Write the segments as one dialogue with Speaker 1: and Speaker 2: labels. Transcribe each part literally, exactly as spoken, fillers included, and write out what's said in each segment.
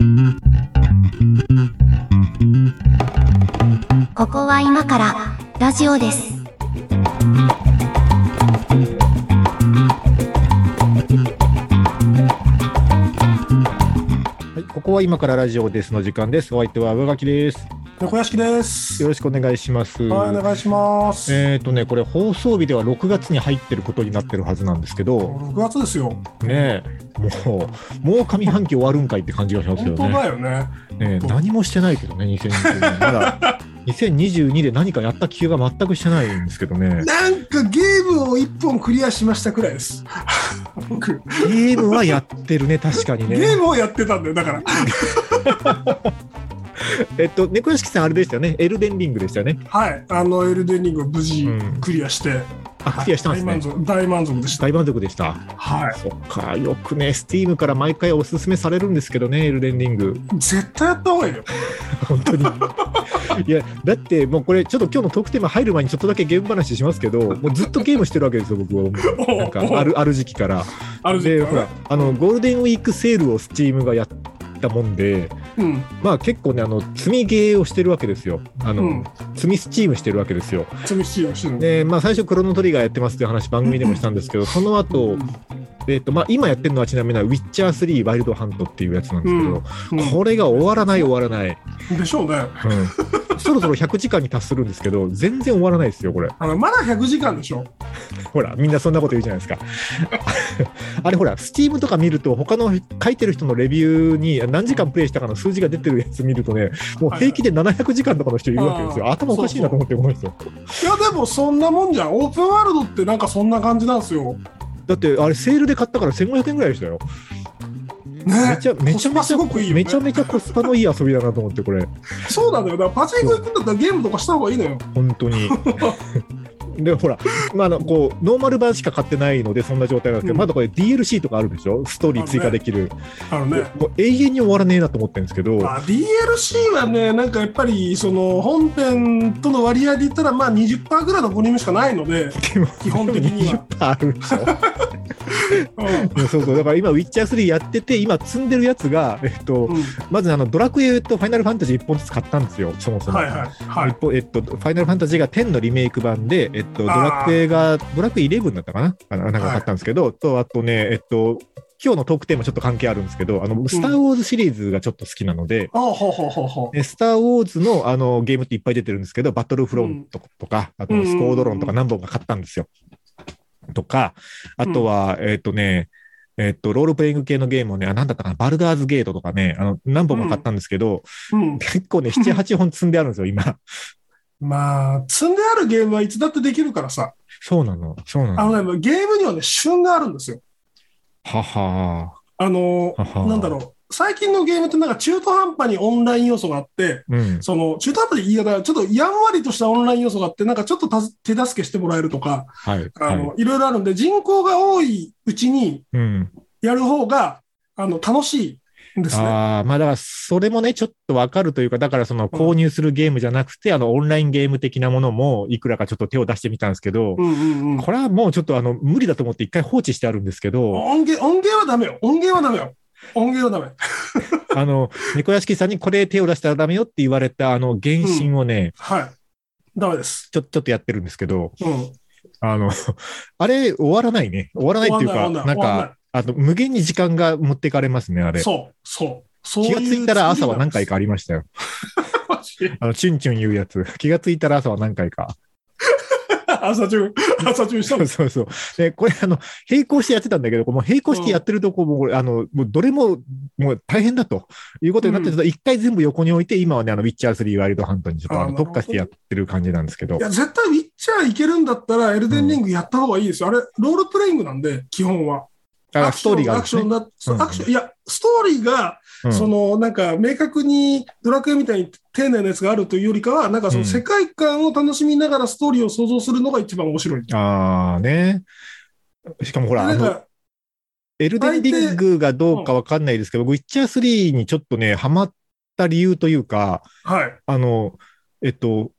Speaker 1: ここは今からラジオです。
Speaker 2: はい、ここは今からラジオですの時間です。お相手は上垣です。
Speaker 3: 猫屋敷です。
Speaker 2: よろしくお願いします。
Speaker 3: はい、お願いします。
Speaker 2: えっとね、これ放送日ではろくがつに入ってることになってるはずなんですけど、
Speaker 3: ろくがつですよ。
Speaker 2: ねえ、もうもう上半期終わるんかいって感じがしますよね。
Speaker 3: 本当だよね。
Speaker 2: ねえ、何もしてないけどね、にせんにじゅうにねんまだにせんにじゅうにで何かやった気が全くしてないんですけどね。
Speaker 3: なんかゲームをいっぽんクリアしましたくらいです。僕
Speaker 2: ゲームはやってるね、確かにね。
Speaker 3: ゲームをやってたんだよ、だから。
Speaker 2: えっと、猫屋敷さんあれでしたよね、エルデンリングでしたよね。
Speaker 3: はい、あのエルデンリングを無事クリアして、うん、
Speaker 2: あ、クリアしたんですね。
Speaker 3: 大満足、大満足でした。
Speaker 2: 大満足でした。
Speaker 3: はい。
Speaker 2: そっか、よくね、スティームから毎回おすすめされるんですけどね、エルデンリング。
Speaker 3: 絶対やった方がいいよ。
Speaker 2: 本当に。いや、だってもうこれ、ちょっと今日のトークテーマ入る前にちょっとだけゲーム話しますけど、もうずっとゲームしてるわけですよ、僕は。なんかある、ある時期から。
Speaker 3: ある時期から、ね。
Speaker 2: で、ほら、あの、ゴールデンウィークセールをスチームがやったもんで、うん、まあ結構ね、あの積みゲーをしてるわけですよ。あの、うん、積みスチームしてるわけですよ。
Speaker 3: 積みスチームしてる。
Speaker 2: で、まあ最初クロノトリガーやってますっていう話番組でもしたんですけど、その後、うん、えーとまあ、今やってるのはちなみにウィッチャースリーワイルドハントっていうやつなんですけど、うんうん、これが終わらない終わらない
Speaker 3: でしょうね、
Speaker 2: うん、そろそろひゃくじかんに達するんですけど全然終わらないですよこれ。
Speaker 3: あのまだひゃくじかんでしょ。
Speaker 2: ほらみんなそんなこと言うじゃないですか。あれほらスチームとか見ると他の書いてる人のレビューに何時間プレイしたかの数字が出てるやつ見るとねもう平気でななひゃくじかんとかの人いるわけですよ、はいはい、頭おかしいなと思って思うんですよ。
Speaker 3: いやでもそんなもんじゃん。オープンワールドってなんかそんな感じなんですよ。
Speaker 2: だってあれセールで買ったからせんごひゃくえんぐらいでしたよ、ね、めちゃめちゃめちゃ、いいよね、めちゃめちゃコスパのいい遊びだなと思ってこれ。
Speaker 3: そうなんだよ。だからパチンコ行くんだったらゲームとかした方がいいのよ
Speaker 2: 本当に。でほら、まあ、あのこうノーマル版しか買ってないのでそんな状態なんですけど、うん、まだこれ ディーエルシー とかあるでしょ。ストーリー追加できる
Speaker 3: ある、ねあるね、
Speaker 2: もう永遠に終わらねえなと思ってるんですけど、
Speaker 3: あ ディーエルシー はねなんかやっぱりその本編との割合で言ったらまあ にじゅっパーセント ぐらいのボリュームしかないので基本的には にじゅっパーセント あるでしょ。うん、そうそうだから今ウィッチャースリーやってて今積んでるやつが、えっとうん、まずあのドラクエとファイナルファンタジーいっぽんずつ買ったんですよそもそも、はいはいはい、えっと、ファイナルファンタジーがじゅうのリメイク版で、えっと、ドラクエがドラクエじゅういちだったかななんか買ったんですけど、はい、とあとねえっと今日のトークテーマちょっと関係あるんですけどあのスター・ウォーズシリーズがちょっと好きなので、うん、スター・ウォーズ の, あのゲームっていっぱい出てるんですけどバトルフロントとか、うん、あとスコードロンとか何本か買ったんですよ、うん、とかあとは、うん、えっとねえっとロールプレイング系のゲームをね何だったかなバルダーズゲートとかねあの何本も買ったんですけど、うんうん、結構ね ななはち 本積んであるんですよ今。 まあ積んであるゲームはいつだってできるからさ。
Speaker 2: そうなのそうなの。
Speaker 3: あの、ね、ゲームにはね旬があるんですよ。
Speaker 2: はは
Speaker 3: あのははなんだろう最近のゲームってなんか中途半端にオンライン要素があって、うん、その中途半端で言い方ちょっとやんわりとしたオンライン要素があってなんかちょっとた手助けしてもらえるとか、はい、あの、はい、いろいろあるんで人口が多いうちにやる方が、うん、あの楽しいですね。
Speaker 2: あまあだからそれもねちょっとわかるというかだからその購入するゲームじゃなくて、うん、あのオンラインゲーム的なものもいくらかちょっと手を出してみたんですけど、うんうんうん、これはもうちょっとあの無理だと思って一回放置してあるんですけど
Speaker 3: 音源音源はダメよ音源はダメよ音源はダメ。
Speaker 2: あの猫屋敷さんにこれ手を出したらダメよって言われたあの原神をね、
Speaker 3: うん、はいダメです
Speaker 2: ちょちょっとやってるんですけど、うん、あのあれ終わらないね終わらないっていうかなんかあと無限に時間が持っていかれますねあれ。
Speaker 3: そうそう
Speaker 2: そう気がついたら朝は何回かありましたよ。あのチュンチュン言うやつ気がついたら朝は何回か。
Speaker 3: 朝中朝中したの。
Speaker 2: そうそうそうでこれあの並行してやってたんだけどもう並行してやってるとこも、うん、あのもうどれももう大変だということになってると一、うん、回全部横に置いて今はねあのウィッチャースリーワイルドハントにちょっとあの特化してやってる感じなんですけど。
Speaker 3: いや絶対ウィッチャーいけるんだったらエルデンリングやった方がいいですよ、うん、あれロールプレイングなんで基本は。
Speaker 2: あストーリーがあるんですね。
Speaker 3: アクションだ、うん、アクションいやストーリーが、うん、そのなんか明確にドラクエみたいに丁寧なやつがあるというよりかはなんかその世界観を楽しみながらストーリーを想像するのが一番面白い。
Speaker 2: うん、ああね。しかもほらあのエルデンリングがどうかわかんないですけど、うん、ウィッチャースリーにちょっとねハマった理由というか、はい、あのえっと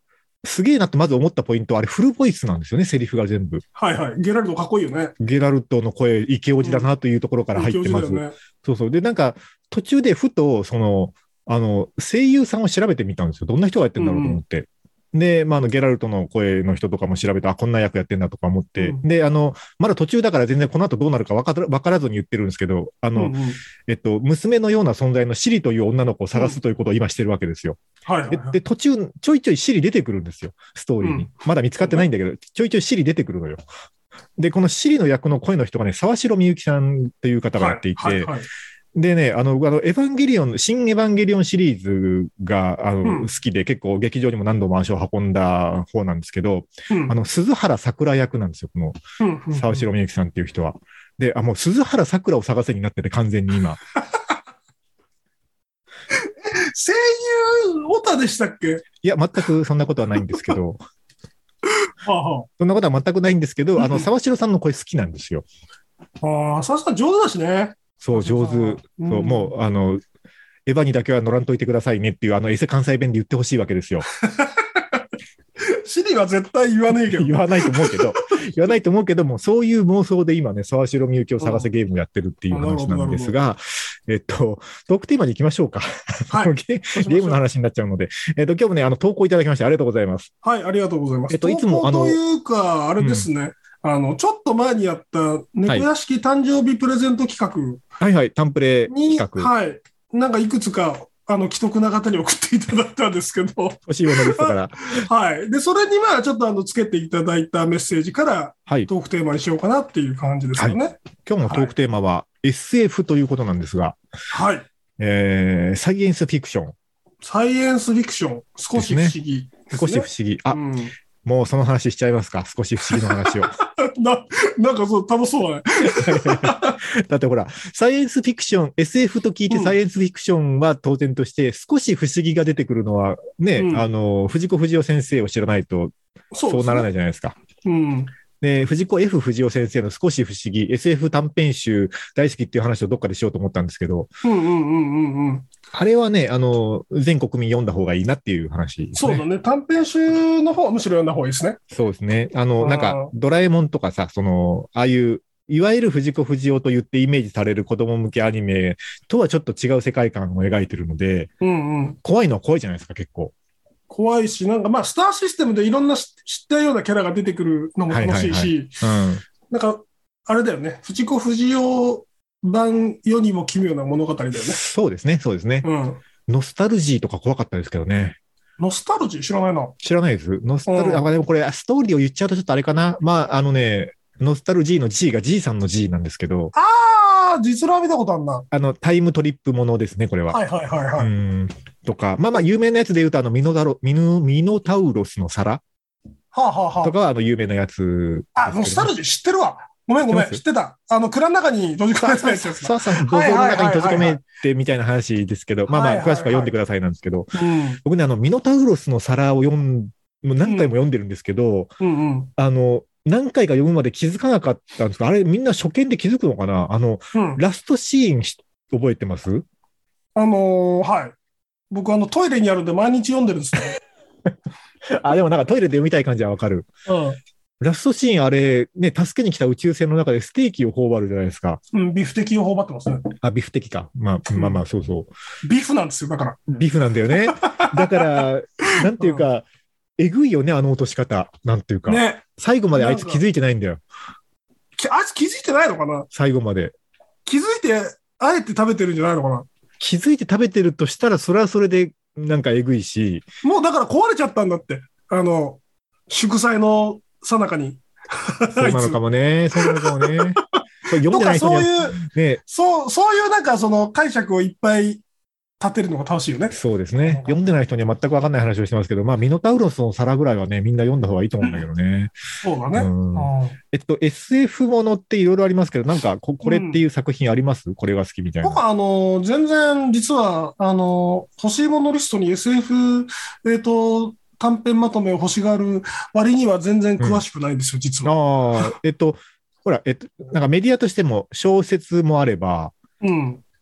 Speaker 2: すげえなとまず思ったポイントは、あれフルボイスなんですよね、セリフが全部。
Speaker 3: はいはい。ゲラルトかっこいいよね。
Speaker 2: ゲラルトの声、イケオジだなというところから入ってます。うんね、そうそう。で、なんか、途中でふと、その、あの、声優さんを調べてみたんですよ。どんな人がやってんだろうと思って。うん、で、まあ、あの、ゲラルトの声の人とかも調べて、あ、こんな役やってんだとか思って、うん、で、あの、まだ途中だから全然この後どうなるか分から分からずに言ってるんですけど、あの、うんうん、えっと、娘のような存在のシリという女の子を探すということを今してるわけですよ。うんはいはいはい、で, で、途中、ちょいちょいシリ出てくるんですよ、ストーリーに。うん、まだ見つかってないんだけど、ちょいちょいシリ出てくるのよ。で、このシリの役の声の人がね、沢城みゆきさんという方がやっていて、はいはいはい、でね、あの、あの、エヴァンゲリオン、新エヴァンゲリオンシリーズが、あの、うん、好きで、結構劇場にも何度も足を運んだ方なんですけど、うん、あの、鈴原桜役なんですよ、この、沢城みゆきさんっていう人は。で、あ、もう鈴原桜を探せになってて、完全に今。
Speaker 3: 声優、オタでしたっけ？
Speaker 2: いや、全くそんなことはないんですけど、はあはあ、そんなことは全くないんですけど、あの、沢城さんの声好きなんですよ。
Speaker 3: ああ、沢城さん上手だしね。
Speaker 2: そう、上手。そう、もう、あの、エヴァにだけは乗らんといてくださいねっていう、あの、エセ関西弁で言ってほしいわけですよ。
Speaker 3: シリは絶対言わないけど。
Speaker 2: 言わないと思うけど、言わないと思うけども、そういう妄想で今ね、沢城みゆきを探せゲームをやってるっていう話なんですが、えっと、トークテーマに行きましょうか。はい、ゲ, ゲームの話になっちゃうので、えっと、今日もね、あの、投稿いただきましてありがとうございます。
Speaker 3: はい、ありがとうございます。
Speaker 2: えっと、いつも、
Speaker 3: あの、というか、あれですね、うん、あの、ちょっと前にやった猫屋敷誕生日プレゼント企画、
Speaker 2: はい、はいはい、タンプレ企画。
Speaker 3: はい、なんかいくつか、あの、既得な方に送っていただいたんですけど。
Speaker 2: 欲しいものですから。
Speaker 3: はい。で、それにまあ、ちょっとあの、つけていただいたメッセージから、はい、トークテーマにしようかなっていう感じですよね。はい、
Speaker 2: 今日のトークテーマは、はい、エスエフ ということなんですが、
Speaker 3: はい。
Speaker 2: えー、サイエンスフィクション。
Speaker 3: サイエンスフィクション。少し不思議、
Speaker 2: ね。少し不思議。あ、うん、もうその話しちゃいますか。少し不思議の話を。
Speaker 3: な、なんかそう、楽しそうだね。
Speaker 2: だってほら、サイエンスフィクション、エスエフ と聞いてサイエンスフィクションは当然として、少し不思議が出てくるのはね、うん、あの、藤子不二雄先生を知らないと、そうならないじゃないですか。
Speaker 3: うん。
Speaker 2: で、藤子 F 不二雄先生の少し不思議、エスエフ 短編集大好きっていう話をどっかでしようと思ったんですけど、
Speaker 3: うんうんうんうんうん。
Speaker 2: あれはね、あの、全国民読んだ方がいいなっていう話ですね。
Speaker 3: そうだね。短編集の方はむしろ読んだ方がいいですね。
Speaker 2: そうですね。あの、なんか、ドラえもんとかさ、その、ああいう、いわゆる藤子不二雄と言ってイメージされる子供向けアニメとはちょっと違う世界観を描いてるので、
Speaker 3: うんうん、
Speaker 2: 怖いのは怖いじゃないですか、結構。
Speaker 3: 怖いし、なんかまあ、スターシステムでいろんな知ったようなキャラが出てくるのも楽しいし、なんか、あれだよね、藤子不二雄版世にも奇妙な物語だよね。
Speaker 2: そうですね、そうですね。うん、ノスタルジーとか怖かったですけどね。
Speaker 3: ノスタルジー知らないな。
Speaker 2: 知らないです。ノスタルジー、うん、あ、でもこれ、ストーリーを言っちゃうとちょっとあれかな。まあ、あのね、ノスタルジーの G が G さんの G なんですけど。
Speaker 3: ああ、実は見たことあるな。
Speaker 2: あの、タイムトリップものですね、これは。
Speaker 3: はいはいはいはい。
Speaker 2: うんとか、まあまあ、有名なやつで言うと、あの、ミノダロ、ミノ、ミノタウロスの皿
Speaker 3: はあはあはあ。
Speaker 2: とかは、あの、有名なやつ、ね。
Speaker 3: あ、ノスタルジー知ってるわ。ごめんごめん、知ってた。あの、蔵の中に閉じ込めてたやつです
Speaker 2: そうそう、土蔵の中に閉じ込めてみたいな話ですけど、まあまあ、詳しくは読んでくださいなんですけど、僕ね、あの、ミノタウロスの皿を読ん、もう何回も読んでるんですけど、
Speaker 3: うんうんうん、
Speaker 2: あの、何回か読むまで気づかなかったんですけど、あれみんな初見で気づくのかなあの、うん、ラストシーン覚えてます？
Speaker 3: あのー、はい。僕あのトイレにあるんで毎日読んでるんですね。
Speaker 2: あ、でもなんかトイレで読みたい感じはわかる。
Speaker 3: うん。
Speaker 2: ラストシーンあれ、ね、助けに来た宇宙船の中でステーキを頬張るじゃないですか。
Speaker 3: うん、ビフテキを頬張ってますね。
Speaker 2: あ、ビフテキか。まあ、まあまあ、そうそう。
Speaker 3: ビフなんですよ、だから。
Speaker 2: ビフなんだよね。だから、なんていうか、うんえぐいよね、あの落とし方。なんていうか。
Speaker 3: ね。
Speaker 2: 最後まであいつ気づいてないんだよ。
Speaker 3: あいつ気づいてないのかな？
Speaker 2: 最後まで。
Speaker 3: 気づいて、あえて食べてるんじゃないのかな？
Speaker 2: 気づいて食べてるとしたら、それはそれで、なんかえぐいし。
Speaker 3: もうだから壊れちゃったんだって。あの、祝祭の最中に。
Speaker 2: そうなのかもね。そうなのかもね。
Speaker 3: 読んでない人には、そういう、ね、そう、そういうなんかその解釈をいっぱい立てるのが楽しいよね。
Speaker 2: そうですね。読んでない人には全く分かんない話をしてますけど、まあ、ミノタウロスの皿ぐらいはね、みんな読んだ方がいいと思うんだけどね。
Speaker 3: そうだね。うん、
Speaker 2: えっと、エスエフ ものっていろいろありますけど、なんかこ、これっていう作品あります？うん、これが好きみたいな。
Speaker 3: 僕は、あの、全然、実は、あの、欲しいものリストに エスエフ、えっと、短編まとめを欲しがる割には全然詳しくないんですよ、うん、実は。
Speaker 2: ああ、えっと、ほら、えっと、なんかメディアとしても小説もあれば、
Speaker 3: うん。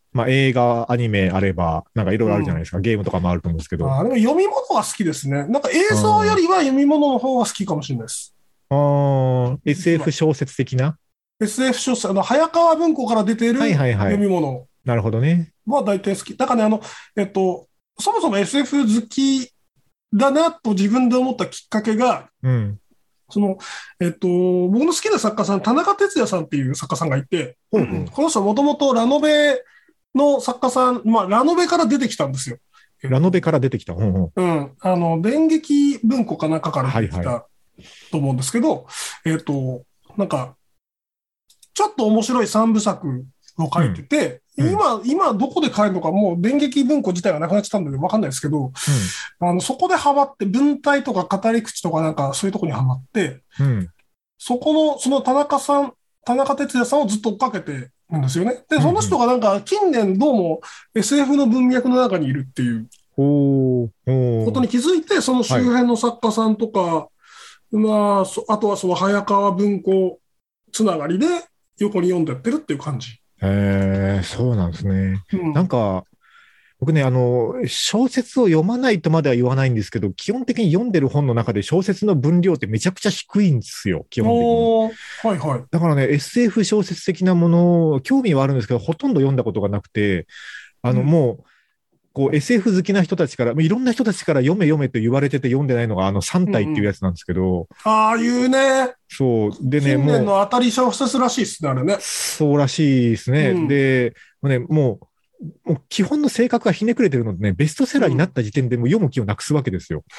Speaker 2: まあ映画、アニメあれば、なんかいろいろあるじゃないですか、うん、ゲームとかもあると思うんですけど。
Speaker 3: あでも読み物が好きですね。なんか映像よりは読み物の方が好きかもしれないです。
Speaker 2: ああ、エスエフ 小説的な
Speaker 3: エスエフ 小説、あの、早川文庫から出ている読み物。はいはいはい、
Speaker 2: なるほどね。
Speaker 3: は大体好き。だからね、あの、えっと、そもそも エスエフ 好きだなと自分で思ったきっかけが、
Speaker 2: うん、
Speaker 3: その、えっと、僕の好きな作家さん、田中哲也さんっていう作家さんがいて、うんうん、この人はもともとラノベの作家さん、まあ、ラノベから出てきたんですよ。
Speaker 2: ラノベから出てきた。うんうん。
Speaker 3: うん。あの、電撃文庫かなんかから出てきたと思うんですけど、はいはい、えっと、なんか、ちょっと面白い三部作を書いてて、うん、今、今どこで買えるのか、もう電撃文庫自体がなくなっちゃったんでわかんないですけど、うん、あの、そこでハマって、文体とか語り口とかなんかそういうとこにハマって、
Speaker 2: うん、
Speaker 3: そこの、その田中さん、田中哲也さんをずっと追っかけてるんですよね。で、その人がなんか近年どうも エスエフ の文脈の中にいるっていうことに気づいて、その周辺の作家さんとか、はい、まあ、あとはその早川文庫つながりで横に読んでってるっていう感じ。
Speaker 2: へえ、そうなんですね。うん、なんか、僕ね、あの、小説を読まないとまでは言わないんですけど、基本的に読んでる本の中で小説の分量ってめちゃくちゃ低いんですよ、基本的に。
Speaker 3: はいはい。
Speaker 2: だからね、エスエフ 小説的なもの、興味はあるんですけど、ほとんど読んだことがなくて、あの、うん、もう、こう エスエフ 好きな人たちから、いろんな人たちから読め読めと言われてて読んでないのが、あのさん体っていうやつなんですけど。うんうん、
Speaker 3: ああ、いうね。
Speaker 2: そう。でね、
Speaker 3: もう。近年の当たり小説らしいですね、あれね。
Speaker 2: そうらしいですね。うん、で、もうね、もう、もう基本の性格がひねくれてるのでね、ベストセラーになった時点でもう読む気をなくすわけですよ。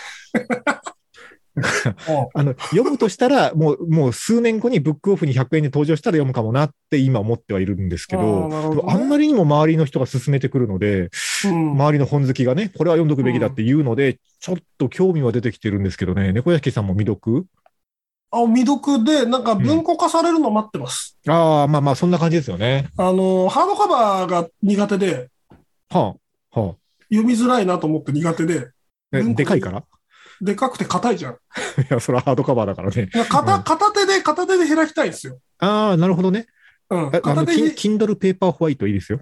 Speaker 2: あの読むとしたらもう、もう数年後にブックオフにひゃくえんで登場したら読むかもなって今思ってはいるんですけど、あ, ね、あんまりにも周りの人が勧めてくるので、うん、周りの本好きがね、これは読んどくべきだっていうので、うん、ちょっと興味は出てきてるんですけどね、猫屋敷さんも未読？
Speaker 3: あ、未読で、なんか文庫化されるの待ってます。
Speaker 2: うん、ああ、まあまあ、そんな感じですよね。
Speaker 3: あの、ハードカバーが苦手で、
Speaker 2: はあ、はあ、
Speaker 3: 読みづらいなと思って苦手で。
Speaker 2: でかいから
Speaker 3: でかくて硬いじゃん。い
Speaker 2: や、それはハードカバーだからね。
Speaker 3: いや、片、うん、片手で、片手で開きたいんですよ。
Speaker 2: ああ、なるほどね。
Speaker 3: うん。
Speaker 2: 片手で。Kindle ペーパーホワイトいいですよ。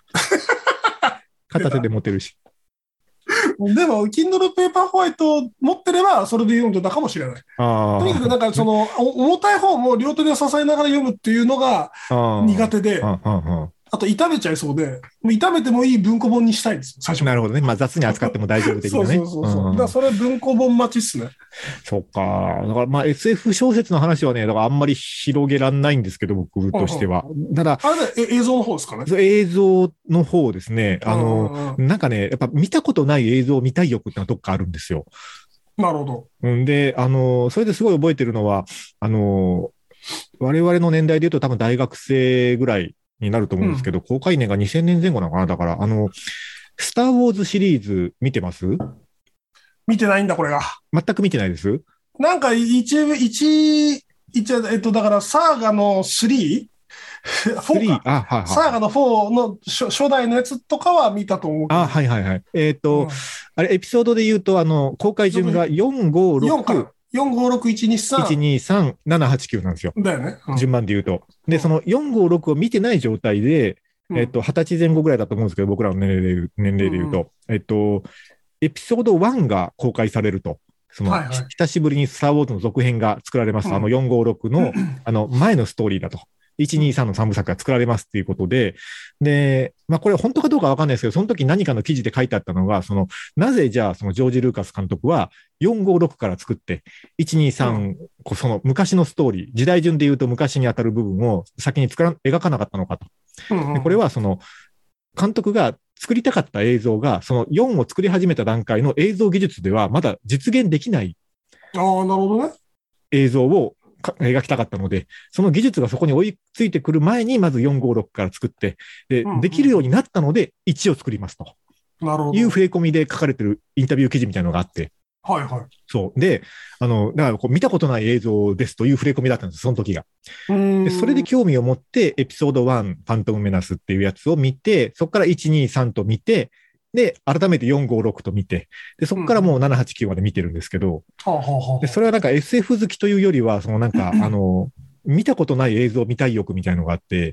Speaker 2: 片手で持てるし。
Speaker 3: でも、Kindle ペーパーホワイト持ってれば、それで読んでたかもしれない。
Speaker 2: あ
Speaker 3: とにかく、なんか、その、重たい方も両手で支えながら読むっていうのが苦手で、あ, あ, あと、痛めちゃいそうで、もう痛めてもいい文庫本にしたいんですよ、最初。
Speaker 2: なるほどね。まあ、雑に扱っても大丈夫的なね。
Speaker 3: そうそうそうそう。うん、だから、それ文庫本待ちっすね。
Speaker 2: そっか。だから、まあ、エスエフ 小説の話はね、だからあんまり広げらんないんですけど、僕としては。うんうん、ただ、
Speaker 3: あれ、映像の方ですかね。
Speaker 2: 映像の方ですね。あの、うんうん、なんかね、やっぱ見たことない映像を見たい欲ってのはどっかあるんですよ。
Speaker 3: なるほ
Speaker 2: ど。んで、あの、それですごい覚えてるのは、あの、我々の年代で言うと多分大学生ぐらいになると思うんですけど、うん、公開年がにせんねんぜん後なのかな。だから、あの、スター・ウォーズシリーズ見てます？
Speaker 3: 見てないんだ、これが。
Speaker 2: 全く見てないです？
Speaker 3: なんか、一、一、一、えっと、だから、サーガのスリー？ フォー か。あ、はいはい。サーガのフォーの初、初代のやつとかは見たと思うけど。
Speaker 2: あ、はいはいはい。えっ、ー、と、うん、あれ、エピソードで言うと、あの、公開順がよん、ご、ろく。
Speaker 3: よん、ご、ろく、いち、に、さん。
Speaker 2: いち、に、さん、なな、はち、きゅうなんですよ。
Speaker 3: だよね。
Speaker 2: うん、順番で言うと。で、そのよん、ご、ろくを見てない状態で、えっと、はたちぜん後ぐらいだと思うんですけど、僕らの年齢で言う、年齢で言うと、うん、えっと、エピソードワンが公開されると。その、はいはい、久しぶりにスター・ウォーズの続編が作られます。うん、あのよん、ご、ろくの、あの、前のストーリーだと。いち、に、さんのさん部作が作られますっていうことで、で、まあこれ本当かどうかわかんないですけど、その時何かの記事で書いてあったのが、その、なぜじゃあそのジョージ・ルーカス監督はよん、ご、ろくから作って、いち、に、さん、うん、その昔のストーリー、時代順で言うと昔に当たる部分を先に作ら、描かなかったのかと。うんうん、でこれはその、監督が作りたかった映像が、そのよんを作り始めた段階の映像技術ではまだ実現できない
Speaker 3: ああ、なるほどね。
Speaker 2: 映像を描きたかったので、その技術がそこに追いついてくる前に、まずよん、ご、ろくから作って、で、うんうん、できるようになったので、いちを作りますと。
Speaker 3: なるほど。
Speaker 2: いう触れ込みで書かれてるインタビュー記事みたいなのがあって。
Speaker 3: はいはい。
Speaker 2: そう。で、あの、だからこう見たことない映像ですという触れ込みだったんです、その時が。でそれで興味を持って、エピソードワン、ファントムメナスっていうやつを見て、そこからいち、に、さんと見て、で、改めてよん、ご、ろくと見て、で、そこからもうなな、はち、きゅうまで見てるんですけど、
Speaker 3: うん、
Speaker 2: でそれはなんか エスエフ 好きというよりは、そのなんか、あの、見たことない映像を見たい欲みたいのがあって、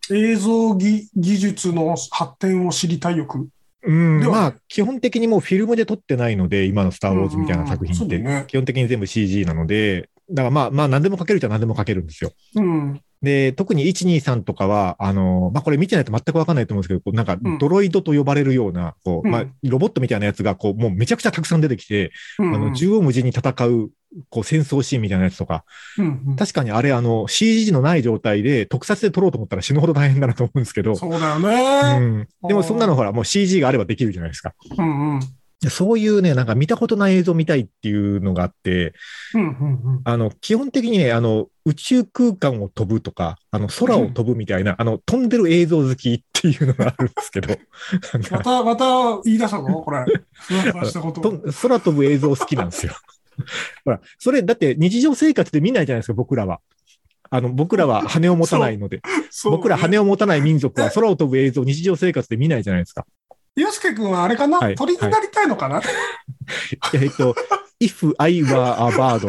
Speaker 3: 映像技技術の発展を知りたい欲。
Speaker 2: うん、まあ、基本的にもうフィルムで撮ってないので、今のスター・ウォーズみたいな作品って、ね、基本的に全部 シージー なので、だからまあ、まあ、何でも書けるじゃ何でも書けるんですよ。
Speaker 3: うん。
Speaker 2: で、特にいち、に、さんとかは、あの、まあ、これ見てないと全くわかんないと思うんですけど、こうなんか、ドロイドと呼ばれるような、こう、まあ、ロボットみたいなやつが、こう、もうめちゃくちゃたくさん出てきて、うん、あの、縦横無尽に戦う、こう、戦争シーンみたいなやつとか、
Speaker 3: うんうん、
Speaker 2: 確かにあれ、あの、シージー のない状態で、特撮で撮ろうと思ったら死ぬほど大変だなと思うんですけど、
Speaker 3: そうだよね。
Speaker 2: うん。でも、そんなのほら、もう シージー があればできるじゃないですか。
Speaker 3: うんうん。
Speaker 2: そういうね、なんか見たことない映像見たいっていうのがあって、
Speaker 3: うんうんうん、
Speaker 2: あの、基本的にね、あの、宇宙空間を飛ぶとか、あの、空を飛ぶみたいな、うん、あの、飛んでる映像好きっていうのがあるんですけど。
Speaker 3: また、また言い出したのこれ。ふわふわしたこと
Speaker 2: 空飛ぶ映像好きなんですよ。ほら、それ、だって日常生活で見ないじゃないですか、僕らは。あの、僕らは羽を持たないので。僕ら羽を持たない民族は空を飛ぶ映像を日常生活で見ないじゃないですか。
Speaker 3: ゆうすけくんはあれかな、はい、鳥になりたいのかな、はい、
Speaker 2: えっと、if I were a bird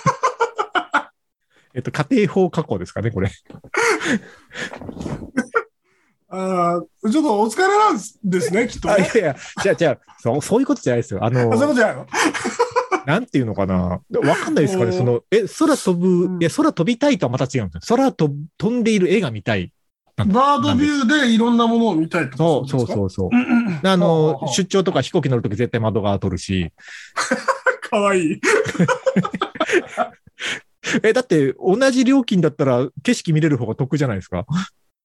Speaker 2: えっと、家庭法加工ですかね、これ。
Speaker 3: ああ、ちょっとお疲れなんですね、きっと、ね。
Speaker 2: いやいや、じゃあ、じゃあ、そう、そういうことじゃないですよ。あの、
Speaker 3: そういうことじゃないの
Speaker 2: なんていうのかな。わかんないですかね、その、え、空飛ぶ、いや、空飛びたいとはまた違うんですよ。空飛飛んでいる絵が見たい。
Speaker 3: バードビューでいろんなものを見たいってことですか？
Speaker 2: そうそうそうそう。あの、出張とか飛行機乗るとき絶対窓側撮るし。
Speaker 3: かわいい。
Speaker 2: え、だって同じ料金だったら景色見れる方が得じゃないですか？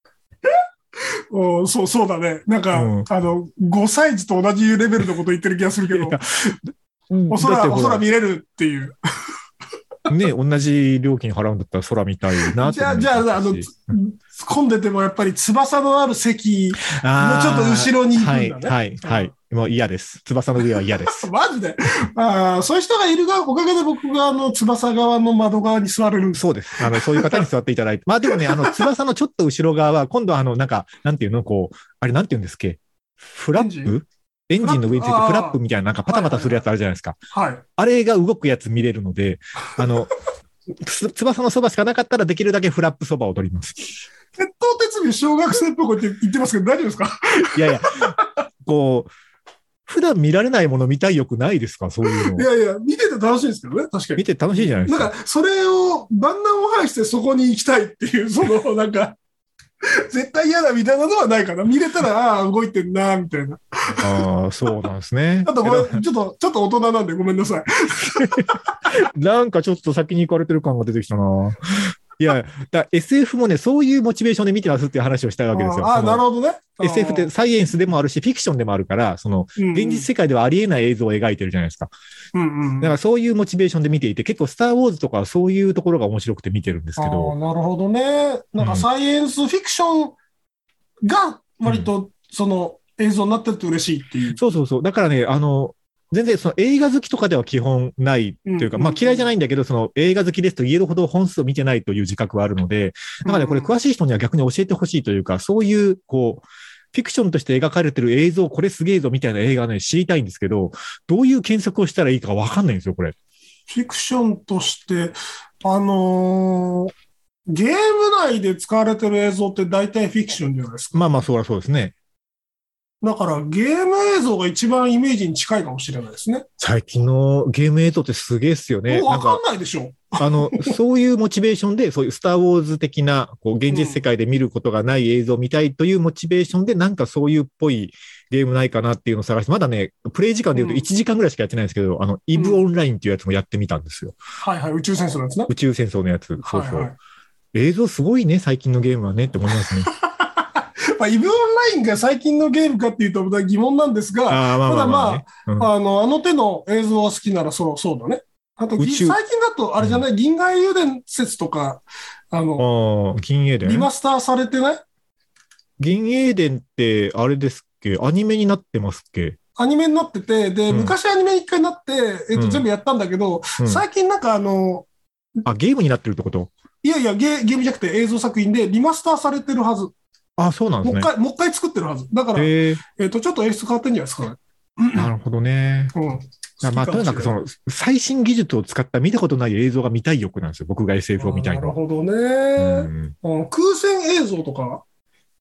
Speaker 3: おそう、そうだね。なんか、うん、あの、ごサイズと同じレベルのこと言ってる気がするけど、お空、お空見れるっていう。
Speaker 2: ね、同じ料金払うんだったら空見たいなって。
Speaker 3: じゃあ、じゃあ、あの、混んでてもやっぱり翼のある席のちょっと後ろに行くんだね。
Speaker 2: はい、はい、はい。もう嫌です。翼の上は嫌です。
Speaker 3: マジであそういう人がいるが、おかげで僕があの、翼側の窓側に座れる。
Speaker 2: そうです。あの、そういう方に座っていただいて。まあでもね、あの、翼のちょっと後ろ側は、今度はあの、なんか、なんていうの、こう、あれなんていうんですっけ？フラップエンジンの上についてフラップみたいななんかパタパタするやつあるじゃないですか。
Speaker 3: はい。
Speaker 2: あれが動くやつ見れるので、あの、つ翼のそばしかなかったらできるだけフラップそばを取ります。
Speaker 3: 鉄塔鉄尾小学生っぽく言ってますけど大丈夫ですか？
Speaker 2: いやいや、こう、普段見られないもの見たい欲ないですか？そういうの。
Speaker 3: いやいや、見てて楽しいですけどね、確かに。
Speaker 2: 見て楽しいじゃないですか。
Speaker 3: なんか、それを万難を排してそこに行きたいっていう、その、なんか、絶対嫌だみたいなのはないかな。見れたら、ああ、動いてんな、みたいな。
Speaker 2: ああ、そうなんですね。
Speaker 3: あとごめん、ちょっと、ちょっと大人なんでごめんなさい。
Speaker 2: なんかちょっと先に行かれてる感が出てきたな。いや、だ エスエフ もね、そういうモチベーションで見てますっていう話をしたいわけですよ。
Speaker 3: ああ、なるほどね。
Speaker 2: エスエフ ってサイエンスでもあるし、フィクションでもあるから、その、現実世界ではありえない映像を描いてるじゃないですか。
Speaker 3: うんうん。
Speaker 2: だからそういうモチベーションで見ていて、結構スター・ウォーズとかはそういうところが面白くて見てるんですけど。
Speaker 3: ああ、なるほどね。なんかサイエンスフィクションが割とその映像になってると嬉しいっていう。
Speaker 2: うん、そうそうそう。だからね、あの、全然その映画好きとかでは基本ないというか、うん、まあ嫌いじゃないんだけど、その映画好きですと言えるほど本数を見てないという自覚はあるので、だからね、これ詳しい人には逆に教えてほしいというか、そういう、こう、フィクションとして描かれてる映像、これすげえぞみたいな映画ね、知りたいんですけど、どういう検索をしたらいいかわかんないんですよ、これ。
Speaker 3: フィクションとして、あのー、ゲーム内で使われてる映像って大体フィクションじゃないですか。
Speaker 2: まあまあ、そりゃそうですね。
Speaker 3: だからゲーム映像が一番イメージに近いかもしれないですね。
Speaker 2: 最近のゲーム映像ってすげえっすよね。
Speaker 3: もうわかんないでしょ。
Speaker 2: あの、そういうモチベーションで、そういうスター・ウォーズ的な、こう、現実世界で見ることがない映像を見たいというモチベーションで、なんかそういうっぽいゲームないかなっていうのを探して、まだね、プレイ時間で言うといちじかんぐらいしかやってないんですけど、うん、あの、イブ・オンラインっていうやつもやってみたんですよ。
Speaker 3: はいはい、宇宙戦争のやつね。
Speaker 2: 宇宙戦争のやつ。そうそう。
Speaker 3: はいはい、
Speaker 2: 映像すごいね、最近のゲームはね、って思いますね。
Speaker 3: まあ、イブオンラインが最近のゲームかっていうと疑問なんですが、ただまあ、あの、あの手の映像が好きならそう、そうだね。あと、最近だと、あれじゃない、うん、銀河英伝説とか、あの、
Speaker 2: あ銀英伝
Speaker 3: リマスターされてない
Speaker 2: 銀英伝って、あれですっけアニメになってますっけ
Speaker 3: アニメになってて、で、うん、昔アニメ一回になって、えっと、うん、全部やったんだけど、うん、最近なんかあの、
Speaker 2: あ、ゲームになってるってこと？
Speaker 3: いやいや、ゲ、ゲームじゃなくて映像作品でリマスターされてるはず。
Speaker 2: あ、そうなんですね。
Speaker 3: もう一回、もう一回作ってるはず。だから、えっと、ちょっと演出変わってんじゃないですかね。
Speaker 2: なるほどね。
Speaker 3: うん。
Speaker 2: まあ、とにかくその、最新技術を使った見たことない映像が見たい欲なんですよ。僕が エスエフ を見たいのは。
Speaker 3: なるほどね、うん。空戦映像とか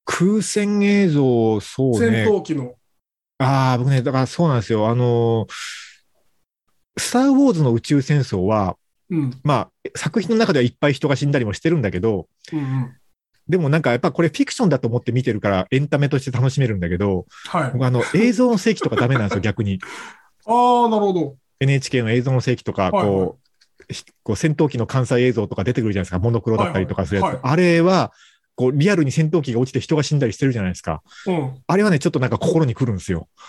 Speaker 2: 空戦映像、そうね。
Speaker 3: 戦闘機の。
Speaker 2: ああ、僕ね、だからそうなんですよ。あのー、スター・ウォーズの宇宙戦争は、
Speaker 3: うん、
Speaker 2: まあ、作品の中ではいっぱい人が死んだりもしてるんだけど、
Speaker 3: うんうん、
Speaker 2: でもなんかやっぱこれフィクションだと思って見てるからエンタメとして楽しめるんだけど、
Speaker 3: はい。
Speaker 2: 僕あの映像の世紀とかダメなんですよ、逆に。
Speaker 3: ああ、なるほど。
Speaker 2: エヌエイチケー の映像の世紀とか、
Speaker 3: はいはい、
Speaker 2: こう、こう戦闘機の関西映像とか出てくるじゃないですか、モノクロだったりとかするやつ。
Speaker 3: はいはいはい、
Speaker 2: あれは、こう、リアルに戦闘機が落ちて人が死んだりしてるじゃないですか。
Speaker 3: うん、あ
Speaker 2: れはね、ちょっとなんか心に来るんですよ。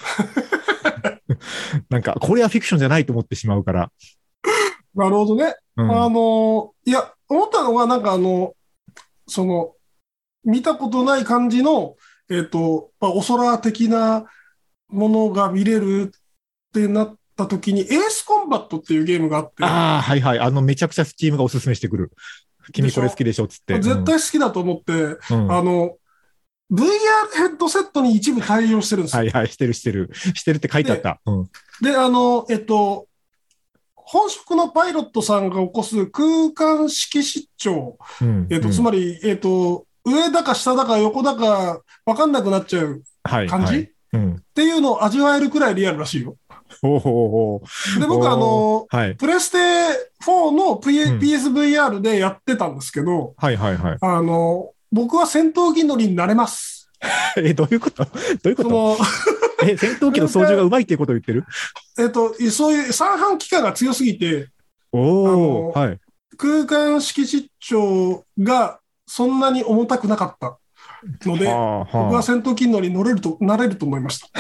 Speaker 2: なんか、これはフィクションじゃないと思ってしまうから。
Speaker 3: なるほどね。うん、あの、いや、思ったのは、なんかあの、その、見たことない感じの、えっと、まあ、お空的なものが見れるってなった時に、エースコンバットっていうゲームがあって。
Speaker 2: ああ、はいはい。あの、めちゃくちゃスチームがおすすめしてくる。君これ好きでしょっつって。
Speaker 3: 絶対好きだと思って、うん、あの、ブイアール ヘッドセットに一部対応してるんですよ。
Speaker 2: はいはい、してるしてる。してるって書いてあった。
Speaker 3: で、うん、であの、えっと、本職のパイロットさんが起こす空間識失調、うんえっと、つまり、えっと、上だか下だか横だか分かんなくなっちゃう感じ、はいはいうん、っていうのを味わえるくらいリアルらしいよ。
Speaker 2: ほほほ
Speaker 3: で僕あの、はい、プレステフォーの、P うん、ピーエスブイアール でやってたんですけど、
Speaker 2: はいはいはい、
Speaker 3: あの僕は戦闘機乗りになれます。
Speaker 2: えどういうことどういうことえ戦闘機の操縦がうまいっていうことを言ってる
Speaker 3: えっとそういう三半規管が強すぎて
Speaker 2: おはい、
Speaker 3: 空間識失調がそんなに重たくなかったので、はあはあ、僕は戦闘機乗りに乗れるとなれると思いました。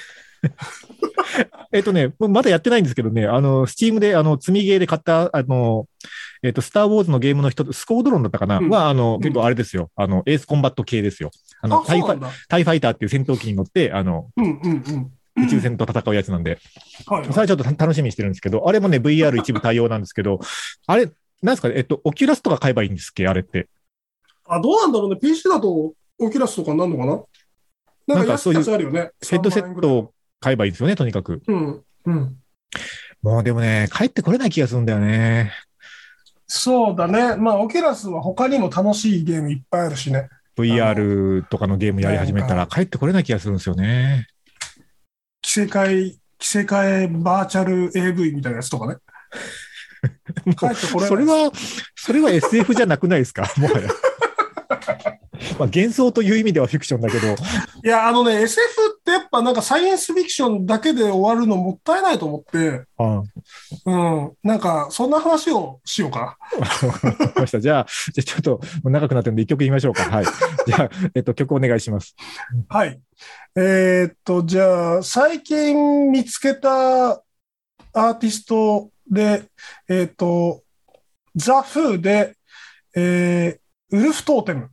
Speaker 2: えっとね、まだやってないんですけどね、あの、スチームで、あの、積みゲーで買った、あの、えっと、スター・ウォーズのゲームの人、スコードロンだったかな、うん、は、あの、結構あれですよ、あの、エースコンバット系ですよ。あの、
Speaker 3: あ
Speaker 2: タイファ、タイファイターっていう戦闘機に乗って、あの、
Speaker 3: うんうんうん、
Speaker 2: 宇宙船と戦うやつなんで、はいはい、それはちょっと楽しみにしてるんですけど、あれもね、ブイアール 一部対応なんですけど、あれ、なんですかね、えっと、オキュラスとか買えばいいんですっけ、あれって。
Speaker 3: あ、どうなんだろうね、ピーシー だとオキュラスとかになるのかななんか安いやつあるよね。
Speaker 2: ヘッドセットを買えばいいですよね、とにかく。
Speaker 3: うん。うん。
Speaker 2: もうでもね、帰ってこれない気がするんだよね。
Speaker 3: そうだね。まあ、オキュラスは他にも楽しいゲームいっぱいあるしね。
Speaker 2: ブイアール とかのゲームやり始めたら帰ってこれない気がするんですよね。
Speaker 3: 着せ替え、着せ替えバーチャル エーブイ みたいなやつとかね。
Speaker 2: 帰ってこれない。それは、それは エスエフ じゃなくないですかもはや。まあ幻想という意味ではフィクションだけど。
Speaker 3: いや、あのね、エスエフ ってやっぱなんかサイエンスフィクションだけで終わるのもったいないと思って、ああうん、なんかそんな話をしようかな。
Speaker 2: わかりました。じゃあ、じゃあちょっと長くなってるんで一曲言いましょうか。はい。じゃあ、えっと、曲お願いします。
Speaker 3: はい。えー、っと、じゃあ、最近見つけたアーティストで、えー、っと、ザ・フーで、えー、ウルフトーテム。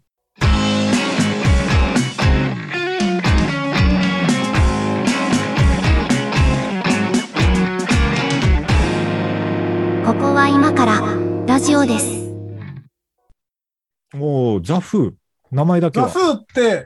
Speaker 1: ここは今からラジオです。
Speaker 2: もうザ・フー名前だけは。
Speaker 3: ザ・フーって、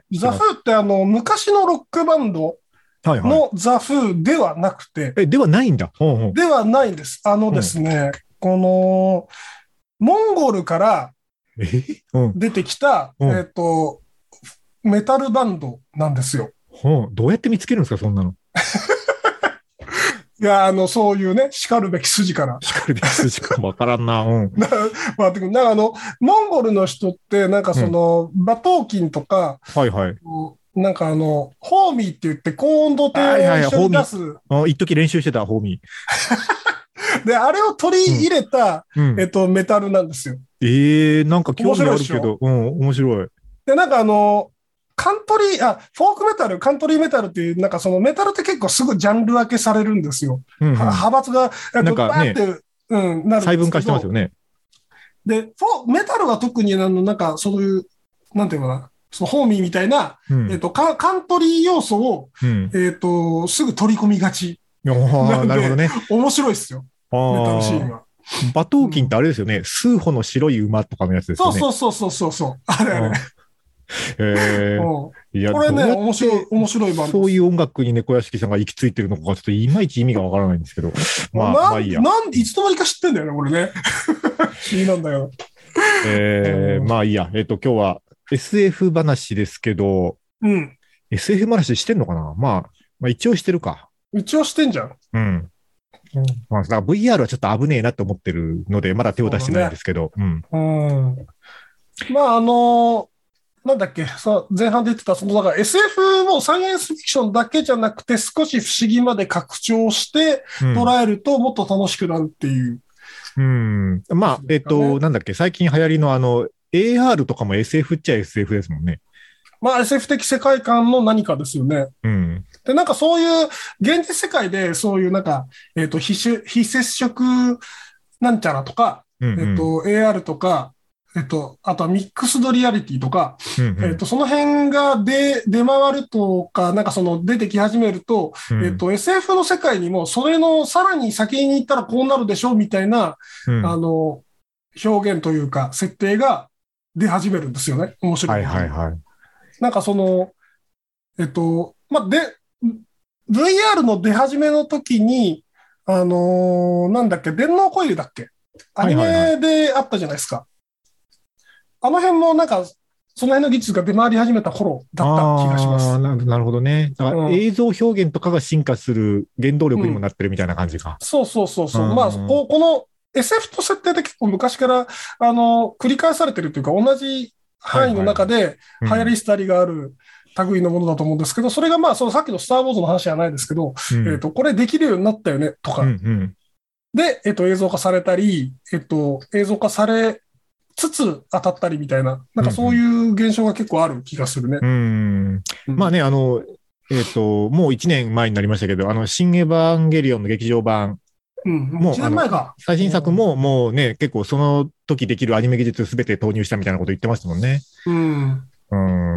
Speaker 3: ザ・フーってあの昔のロックバンドのザ・フーではなくて、はいはい、
Speaker 2: えではないんだ。ほうほう
Speaker 3: ではないんです。あのですね、うん、このモンゴルから出てきた、うん、えっとメタルバンドなんですよ。
Speaker 2: ほうどうやって見つけるんですかそんなの。
Speaker 3: いや、あの、そういうね、叱るべき筋から。
Speaker 2: 叱るべき筋かわからんな。うん。
Speaker 3: まあ、なんかあの、モンゴルの人って、なんかその、うん、馬頭琴とか、
Speaker 2: はいはい。
Speaker 3: なんかあの、ホーミーって言って、高温度低を一緒に出す。はいはい
Speaker 2: はい、一時練習してた、ホーミ
Speaker 3: ー。で、あれを取り入れた、うん、えっと、メタルなんですよ。
Speaker 2: ええー、なんか興味あるけど、うん、面白い。
Speaker 3: で、なんかあの、カントリー、あ、フォークメタル、カントリーメタルっていう、なんかそのメタルって結構すぐジャンル分けされるんですよ。うんうん、派閥が、
Speaker 2: なんかね、
Speaker 3: バーって、うん、なるんですけど。
Speaker 2: 細分化してますよね。
Speaker 3: で、フォメタルは特にあの、なんかそういう、なんていうのかな、そのホーミーみたいな、うん、えっとカ、カントリー要素を、うん、えっと、すぐ取り込みがち。
Speaker 2: なるほどね。
Speaker 3: 面白いですよ。メタルシーンは。
Speaker 2: 馬頭琴ってあれですよね。数歩の白い馬とかのやつですよね。
Speaker 3: そうそうそうそうそう。あれあれ。
Speaker 2: えー、いや
Speaker 3: これね、面白い、面白いバンド。
Speaker 2: そういう音楽に猫屋敷さんが行き着いてるのか、ちょっといまいち意味がわからないんですけど。まあ、まあいいや。
Speaker 3: なん、いつの間にか知ってんだよね、これね。不思議なんだよ。
Speaker 2: えー、まあいいや。えっと、今日は、 エスエフ 話ですけど、
Speaker 3: うん。
Speaker 2: エスエフ 話してんのかな、まあ、まあ一応してるか。
Speaker 3: 一応してんじゃん。
Speaker 2: うん。うん、まあ、だから ブイアール はちょっと危ねえなと思ってるので、まだ手を出してないんですけど。うね、うん。
Speaker 3: うん。まあ、あのー、なんだっけ、さ前半で言ってた、その、だから エスエフ もサイエンスフィクションだけじゃなくて、少し不思議まで拡張して捉えると、もっと楽しくなるっていう。
Speaker 2: うん。うん、まあ、えっと、なんだっけ、最近流行りのあの、エーアール とかも エスエフ っちゃ エスエフ ですもんね。
Speaker 3: まあ エスエフ 的世界観の何かですよね。
Speaker 2: うん。
Speaker 3: で、なんかそういう、現実世界でそういうなんか、えっと、非非接触なんちゃらとか、うんうん、えっと、エーアール とか、えっと、あとはミックスドリアリティとか、うんうん、えっと、その辺が出、出回るとか、なんかその出てき始めると、うん、えっと、エスエフ の世界にも、それのさらに先に行ったらこうなるでしょうみたいな、うん、あの、表現というか、設定が出始めるんですよね。面白い。
Speaker 2: はいはいはい。
Speaker 3: なんかその、えっと、まあ、で、ブイアール の出始めの時に、あのー、なんだっけ、電脳コイルだっけアニメであったじゃないですか。はいはいはい、あの辺もなんか、その辺の技術が出回り始めた頃だった気がします。
Speaker 2: な, なるほどね。だから映像表現とかが進化する原動力にもなってるみたいな感じか。
Speaker 3: うん、そうそうそうそう。まあ、こ, この エスエフ と設定で結構昔から、あの、繰り返されてるというか、同じ範囲の中で流行り廃りがある類のものだと思うんですけど、それがまあ、そのさっきのスター・ウォーズの話じゃないですけど、うん、えっと、これできるようになったよね、とか。うんうん、で、えっと、映像化されたり、えっと、映像化されつつ当たったりみたいな、なんかそういう現象が結構ある気がするね。
Speaker 2: うんうんうん、まあね、あの、えっと、もういちねんまえになりましたけど、あの、新エヴァンゲリオンの劇場版、
Speaker 3: うん、もういちねんまえか。
Speaker 2: 最新作ももうね、結構その時できるアニメ技術すべて投入したみたいなこと言ってましたもんね。
Speaker 3: うん。
Speaker 2: うん。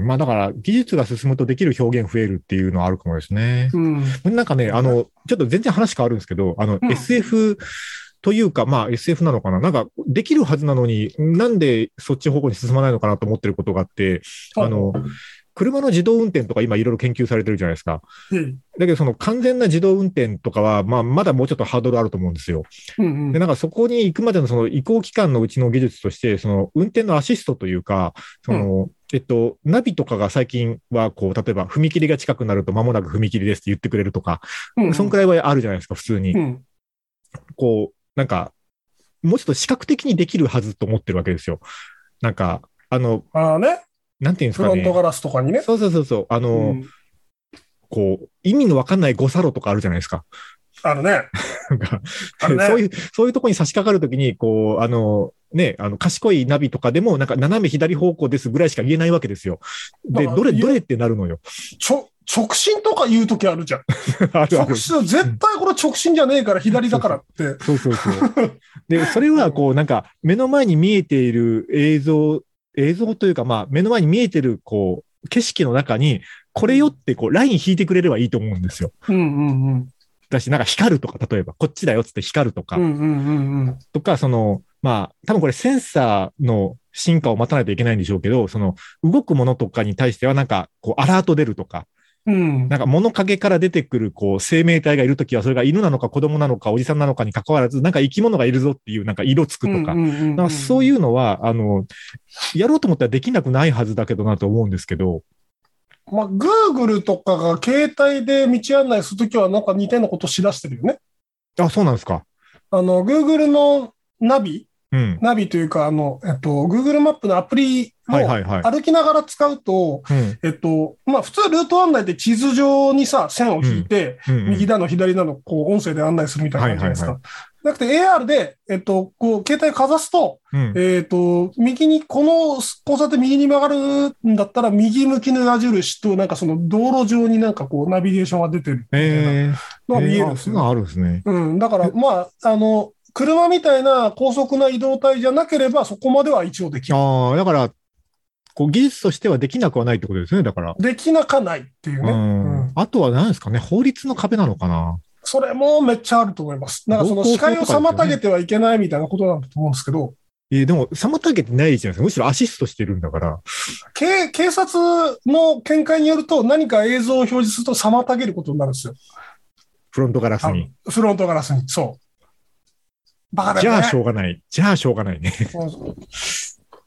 Speaker 2: まあだから、技術が進むとできる表現増えるっていうのはあるかもですね。うん。なんかね、あの、ちょっと全然話変わるんですけど、あの、うん、エスエフ というか、まあ エスエフ なのかな、なんかできるはずなのに、なんでそっち方向に進まないのかなと思ってることがあって、あの、車の自動運転とか今いろいろ研究されてるじゃないですか。うん、だけどその完全な自動運転とかは、まあまだもうちょっとハードルあると思うんですよ。うんうん、で、なんかそこに行くまでのその移行期間のうちの技術として、その運転のアシストというか、その、うん、えっと、ナビとかが最近はこう、例えば踏切が近くなると間もなく踏切ですって言ってくれるとか、うんうん、そんくらいはあるじゃないですか、普通に。うん、こう、なんか、もうちょっと視覚的にできるはずと思ってるわけですよ。なんか、あの、
Speaker 3: ああね。
Speaker 2: なんていうんですかね。
Speaker 3: フロントガラスとかにね。
Speaker 2: そうそうそうそう。あの、うん、こう、意味のわかんない誤差路とかあるじゃないですか。
Speaker 3: あるね。
Speaker 2: あるね。そういう、そういうとこに差し掛かるときに、こう、あの、ね、あの、賢いナビとかでも、なんか斜め左方向ですぐらいしか言えないわけですよ。で、どれ、どれってなるのよ。
Speaker 3: ちょ、直進とか言うときあるじゃん。あるある直進、絶対これ直進じゃねえから左だからって。
Speaker 2: そうそうそうそう。で、それはこう、なんか、目の前に見えている映像、映像というか、まあ、目の前に見えてる、こう、景色の中に、これよって、こう、ライン引いてくれればいいと思うんですよ。
Speaker 3: うんうんうん。
Speaker 2: だし、なんか光るとか、例えば、こっちだよっつって光るとか。うんうんうんうん。とか、その、まあ、多分これセンサーの進化を待たないといけないんでしょうけど、その、動くものとかに対しては、なんか、こう、アラート出るとか。うん、なんか物陰から出てくるこう生命体がいるときはそれが犬なのか子供なのかおじさんなのかに関わらずなんか生き物がいるぞっていうなんか色つくとか、うんうんうんうん、なんかそういうのはあのやろうと思ったらできなくないはずだけどなと思うんですけど。
Speaker 3: まあ、Google とかが携帯で道案内するときはなんか似たようなことしだしてるよね。
Speaker 2: あ、そうなんですか。
Speaker 3: あの Google のナビ、
Speaker 2: うん、
Speaker 3: ナビというかあの、えっと、Google マップのアプリを歩きながら使うと、はいはいはい、えっと、まあ普通ルート案内で地図上にさ、線を引いて、うんうんうん、右だの左だの、こう音声で案内するみたいな感じじゃないですか。はいはいはい、なくて エーアール で、えっと、こう、携帯かざすと、うん、えっと、右に、この交差点右に曲がるんだったら、右向きの矢印と、なんかその道路上になんかこう、ナビゲーションが出てるみたいなのが見えるんですよ。
Speaker 2: えーえー、あるんですね。
Speaker 3: うん。だから、まあ、あの、車みたいな高速な移動体じゃなければ、そこまでは一応できる。
Speaker 2: ああ、だから、こう技術としてはできなくはないってことですね、だから。
Speaker 3: できなかないっていうね。うん、
Speaker 2: あとは何ですかね、法律の壁なのかな。
Speaker 3: それもめっちゃあると思います。なんかその視界を妨げてはいけないみたいなことなんだと思うんですけど。
Speaker 2: えー、でも、妨げてないじゃないですか。むしろアシストしてるんだから。
Speaker 3: 警、警察の見解によると、何か映像を表示すると妨げることになるんですよ。
Speaker 2: フロントガラスに。
Speaker 3: フロントガラスに。そう。バカだよね。
Speaker 2: じゃあしょうがない。じゃあしょうがないね。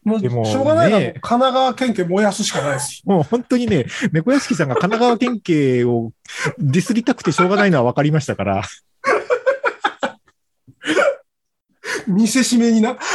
Speaker 3: もう、
Speaker 2: でも
Speaker 3: しょうがないから、
Speaker 2: ね
Speaker 3: 神奈川県警燃やすしかないです。
Speaker 2: もう本当にね、猫屋敷さんが神奈川県警をディスりたくてしょうがないのは分かりましたから。
Speaker 3: 見せしめにな。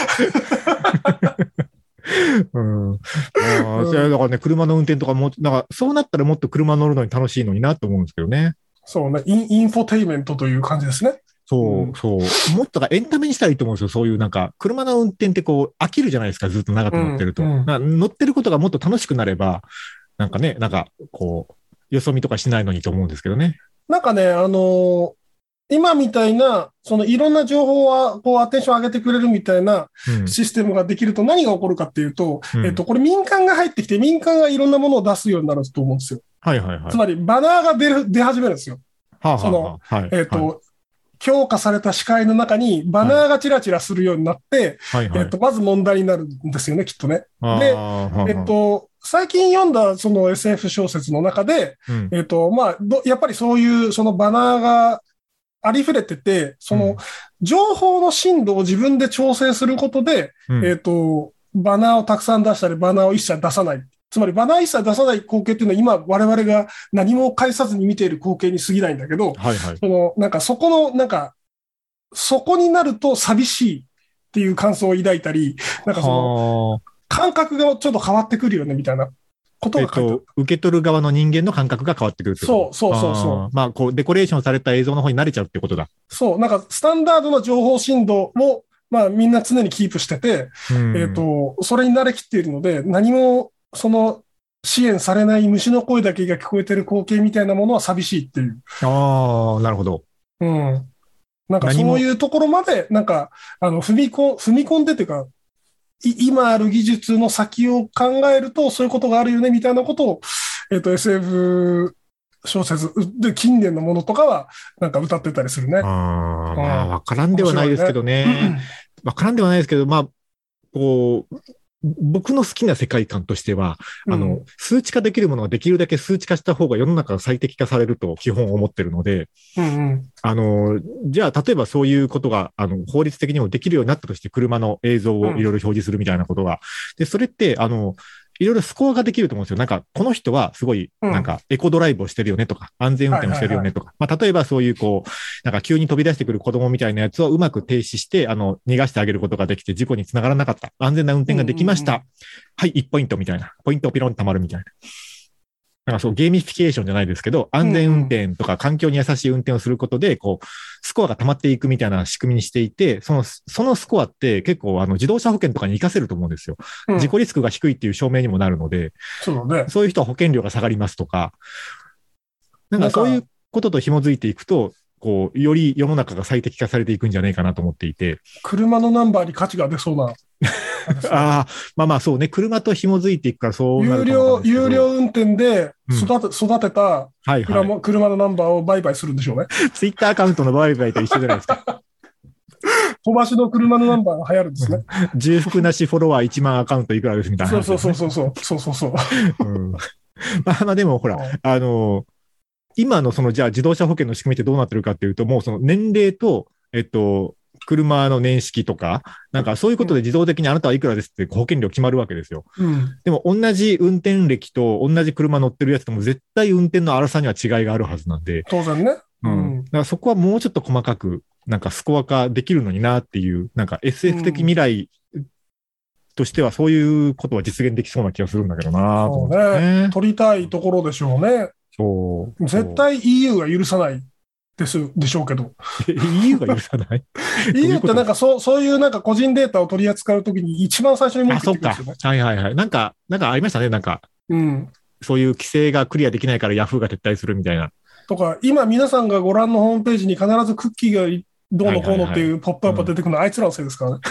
Speaker 2: うん。まあ、それはだからね、車の運転とかも、なんか、そうなったらもっと車乗るのに楽しいのになと思うんですけどね。
Speaker 3: そうね、イン、インフォテイメントという感じですね。
Speaker 2: そう、
Speaker 3: うん
Speaker 2: そう。もっとがエンタメにしたらいいと思うんですよ。そういうなんか、車の運転ってこう、飽きるじゃないですか。ずっと長く乗ってると。
Speaker 3: うんうん
Speaker 2: な乗ってることがもっと楽しくなれば、なんかね、なんか、こう、よそ見とかしないのにと思うんですけどね。
Speaker 3: なんかね、あのー今みたいな、そのいろんな情報は、こう、アテンション上げてくれるみたいな
Speaker 2: うん。
Speaker 3: システムができると何が起こるかっていうと、
Speaker 2: うん
Speaker 3: えっと、これ民間が入ってきて、民間がいろんなものを出すようになると思うんですよ。
Speaker 2: はいはいはい。
Speaker 3: つまり、バナーが出る、出始めるんですよ。
Speaker 2: はあ、はあ
Speaker 3: その
Speaker 2: はあ、はい。
Speaker 3: えっと、強化された視界の中にバナーがチラチラするようになって、
Speaker 2: はいはい。
Speaker 3: えっと、まず問題になるんですよね、きっとね。
Speaker 2: あー
Speaker 3: で、
Speaker 2: はあはあ
Speaker 3: えっと、最近読んだその エスエフ 小説の中で、
Speaker 2: うん
Speaker 3: えっと、まあ、どやっぱりそういうそのバナーがありふれてて、その情報の深度を自分で調整することで、
Speaker 2: うん
Speaker 3: えっと、バナーをたくさん出したり、バナーを一切出さない。つまり、バナー一切出さない光景っていうのは、今、我々が何も返さずに見ている光景に過ぎないんだけど、
Speaker 2: はいはい。
Speaker 3: その、なんかそこの、なんか、そこになると寂しいっていう感想を抱いたり、なんかその、
Speaker 2: は
Speaker 3: 感覚がちょっと変わってくるよね、みたいなこと
Speaker 2: あ、えっ
Speaker 3: が書いてある。
Speaker 2: と、受け取る側の人間の感覚が変わってくるってこと。
Speaker 3: そうそうそうそう
Speaker 2: あーまあ、こう、デコレーションされた映像の方に慣れちゃうってことだ。
Speaker 3: そう、なんかスタンダードな情報深度を、まあみんな常にキープしてて、
Speaker 2: うん
Speaker 3: えっと、それに慣れきっているので、何も、その、支援されない虫の声だけが聞こえてる光景みたいなものは寂しいっていう。
Speaker 2: ああ、なるほど。
Speaker 3: うん。なんか
Speaker 2: 何も
Speaker 3: そういうところまで、なんか、あの、踏み込ん、踏み込んでというか、い今ある技術の先を考えると、そういうことがあるよね、みたいなことを、えっと、エスエフ 小説で、近年のものとかは、なんか歌ってたりするね。
Speaker 2: ああ、まあ、わからんではないですけどね。
Speaker 3: 面白いね
Speaker 2: わからんではないですけど、まあ、こう、僕の好きな世界観としては、あ
Speaker 3: うん
Speaker 2: の、数値化できるものはできるだけ数値化した方が世の中が最適化されると基本思ってるので、
Speaker 3: うんうん
Speaker 2: あの、じゃあ、例えばそういうことが、あの、法律的にもできるようになったとして、車の映像をいろいろ表示するみたいなことが。で、それって、あの、いろいろスコアができると思うんですよ。なんか、この人はすごい、
Speaker 3: うん
Speaker 2: なんか、エコドライブをしてるよねとか、安全運転をしてるよねとか。まあ、例えばそういう、こう、なんか急に飛び出してくる子供みたいなやつをうまく停止して、あの、逃がしてあげることができて、事故につながらなかった。安全な運転ができました。
Speaker 3: うんうん
Speaker 2: はい、いちポイントみたいな。ポイントをピロンと貯まるみたいな。なんかそう、ゲーミフィケーションじゃないですけど、安全運転とか環境に優しい運転をすることで、こう、スコアが溜まっていくみたいな仕組みにしていて、その、そのスコアって結構、あの、自動車保険とかに活かせると思うんですよ。
Speaker 3: うん
Speaker 2: 事故リスクが低いっていう証明にもなるので、
Speaker 3: そうだね。
Speaker 2: そういう人は保険料が下がりますとか、なんかそういうことと紐づいていくと、こう、より世の中が最適化されていくんじゃないかなと思っていて。
Speaker 3: 車のナンバーに価値が出そうな。
Speaker 2: ああ、まあまあそうね、車と紐づいていくからそうなる
Speaker 3: 有料、
Speaker 2: かもわかんないですけど
Speaker 3: 有料運転で育て、育てた
Speaker 2: はいはい。
Speaker 3: 車車のナンバーを売買するんでしょうね。
Speaker 2: ツイッターアカウントの売買と一緒じゃないですか。
Speaker 3: 飛ばしの車のナンバーが流行るんですね。
Speaker 2: 重複なしフォロワーいちまんアカウントいくらですみたいな
Speaker 3: そう
Speaker 2: 話ですね、
Speaker 3: そうそうそうそう。そうそうそう。
Speaker 2: うんまあまあでもほら、あの、今のそのじゃあ自動車保険の仕組みってどうなってるかっていうと、もうその年齢と、えっと、車の年式とか、なんかそういうことで自動的にあなたはいくらですって保険料決まるわけですよ。
Speaker 3: うん。
Speaker 2: でも同じ運転歴と同じ車乗ってるやつとも絶対運転の荒さには違いがあるはずなんで、
Speaker 3: 当然ね。
Speaker 2: う。
Speaker 3: うんん
Speaker 2: だからそこはもうちょっと細かく、なんかスコア化できるのになっていう、なんか エスエフ 的未来としてはそういうことは実現できそうな気がするんだけどなと
Speaker 3: そう
Speaker 2: 思って
Speaker 3: ね。
Speaker 2: ね。
Speaker 3: 取りたいところでしょうね。
Speaker 2: そう。
Speaker 3: 絶対 イーユー が許さないですでしょうけど。
Speaker 2: え イーユー が許さない
Speaker 3: イーユー ってなんかそう、そういうなんか個人データを取り扱うときに一番最初に文
Speaker 2: あ、
Speaker 3: 句
Speaker 2: そっか。
Speaker 3: 言ってくるんですよね。
Speaker 2: はいはいはい。なんか、なんかありましたね。なんか、
Speaker 3: うん。
Speaker 2: そういう規制がクリアできないから Yahoo が撤退するみたいな。
Speaker 3: とか、今皆さんがご覧のホームページに必ずクッキーがどうのこうのっていうポップアップが出てくるのはあいつらのせいですからね。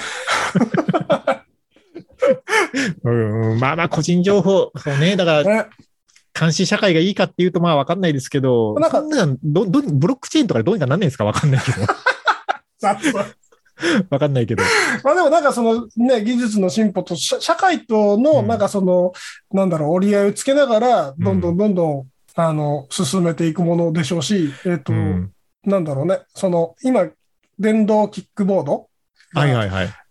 Speaker 2: うん、まあまあ個人情報、そうね。だから、
Speaker 3: ね
Speaker 2: 監視社会がいいかっていうとまあわかんないですけど、
Speaker 3: なんか
Speaker 2: そんなんど、ど、ブロックチェーンとかでどうにかなんないんですかわかんないけど。
Speaker 3: 雑
Speaker 2: わかんないけど。
Speaker 3: まあでもなんかそのね、技術の進歩と社社会との
Speaker 2: うん
Speaker 3: なんかその、なんだろう、折り合いをつけながら、どんどんどんどん、あの、進めていくものでしょうし、えっと、
Speaker 2: うん
Speaker 3: なんだろうね、その、今、電動キックボード
Speaker 2: はいはいはい。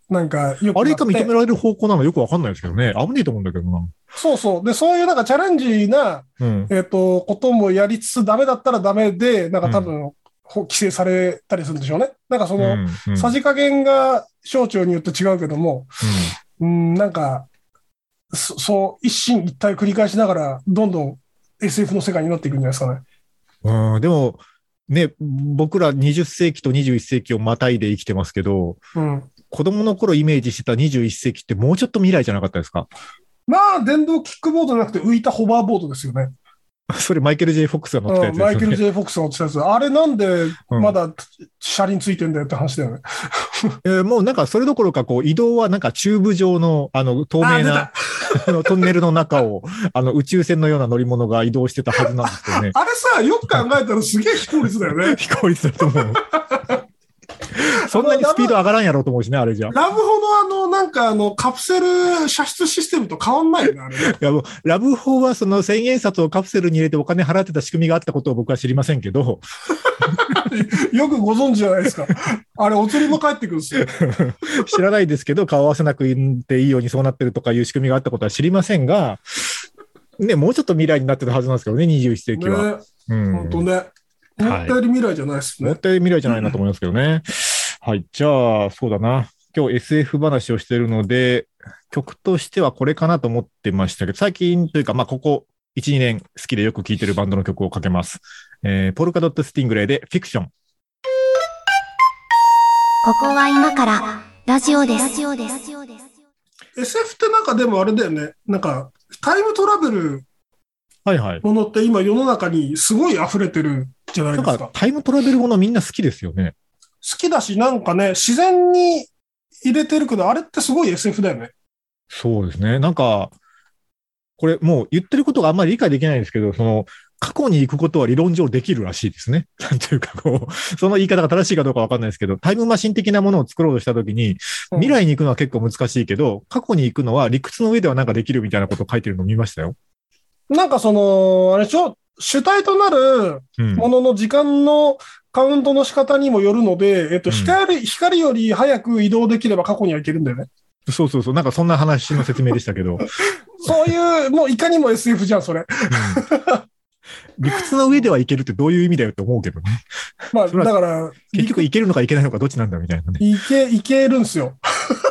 Speaker 3: なんかよく
Speaker 2: あれが認められる方向なのよくわかんないですけどね。危ねえと思うんだけどな。
Speaker 3: そうそう。で、そういうなんかチャレンジな、うん、えっと、こともやりつつダメだったらダメで、なんか多分、うん規制されたりするんでしょうね。なんかその、うんうん、さじ加減が省庁によって違うけども、うん、うんなんかそ、そう一進一退繰り返しながら、どんどん エスエフ の世界になっていくんじゃないですかね。
Speaker 2: うん、でも、ね、僕らにじゅっせいきとにじゅういっせいきをまたいで生きてますけど、うん、子供の頃イメージしてたにじゅういっせいきってもうちょっと未来じゃなかったですか？
Speaker 3: まあ、電動キックボードじゃなくて浮いたホバーボードですよね。
Speaker 2: それマイケル・ジェイ・フォックスが乗ってたやつですよね、
Speaker 3: うん、マイケル・ジェイ・フォックスが乗ってたやつ。あれなんでまだ車輪ついてんだよって話だよね。
Speaker 2: うんえー、もうなんかそれどころかこう移動はなんかチューブ状のあの透明なトンネルの中をあの宇宙船のような乗り物が移動してたはずなんですけどね。
Speaker 3: あれさ、よく考えたらすげえ非効率だよね。
Speaker 2: 非効率だと思う。そんなにスピード上がらんやろうと思うしね、あれじゃ。
Speaker 3: ラブホのあの、なんかあの、カプセル射出システムと変わんないよね、あれね。
Speaker 2: いやもう、ラブホはその千円札をカプセルに入れてお金払ってた仕組みがあったことを僕は知りませんけど。
Speaker 3: よくご存知じゃないですか。あれ、お釣りも返ってくるんですよ。
Speaker 2: 知らないですけど、顔合わせなくていいようにそうなってるとかいう仕組みがあったことは知りませんが、ね、もうちょっと未来になってたはずなんですけどね、にじゅういっせいきは。
Speaker 3: ね、うん、本当ね。思ったより未来じゃないですね。
Speaker 2: 思ったより未来じゃないなと思いますけどね。はい。じゃあ、そうだな。今日 エスエフ 話をしているので、曲としてはこれかなと思ってましたけど、最近というか、まあ、ここいち、にねん好きでよく聴いてるバンドの曲をかけます。えー、ポルカドット・スティングレイでフィクション。
Speaker 1: ここは今からラジオです。エスエフ
Speaker 3: ってなんかでもあれだよね。なんかタイムトラベル
Speaker 2: はいはい。
Speaker 3: ものって今世の中にすごい溢れてるじゃないですか。
Speaker 2: なんかタイムトラベルものみんな好きですよね。
Speaker 3: 好きだし、なんかね、自然に入れてるけど、あれってすごい エスエフ だよね。
Speaker 2: そうですね。なんか、これもう言ってることがあんまり理解できないんですけど、その、過去に行くことは理論上できるらしいですね。なんていうかこう、その言い方が正しいかどうかわかんないですけど、タイムマシン的なものを作ろうとしたときに、未来に行くのは結構難しいけど、過去に行くのは理屈の上ではなんかできるみたいなことを書いてるのを見ましたよ。
Speaker 3: なんかその、あれでしょ、主体となるものの時間のカウントの仕方にもよるので、うん、えっと、光、光より早く移動できれば過去には行けるんだよね。
Speaker 2: そうそうそう。なんかそんな話の説明でしたけど。
Speaker 3: そういう、もういかにも エスエフ じゃん、それ。うん、
Speaker 2: 理屈の上ではいけるってどういう意味だよって思うけどね。
Speaker 3: まあ、だから。
Speaker 2: 結局いけるのかいけないのかどっちなんだみたいなね。
Speaker 3: いけ、いけるんすよ。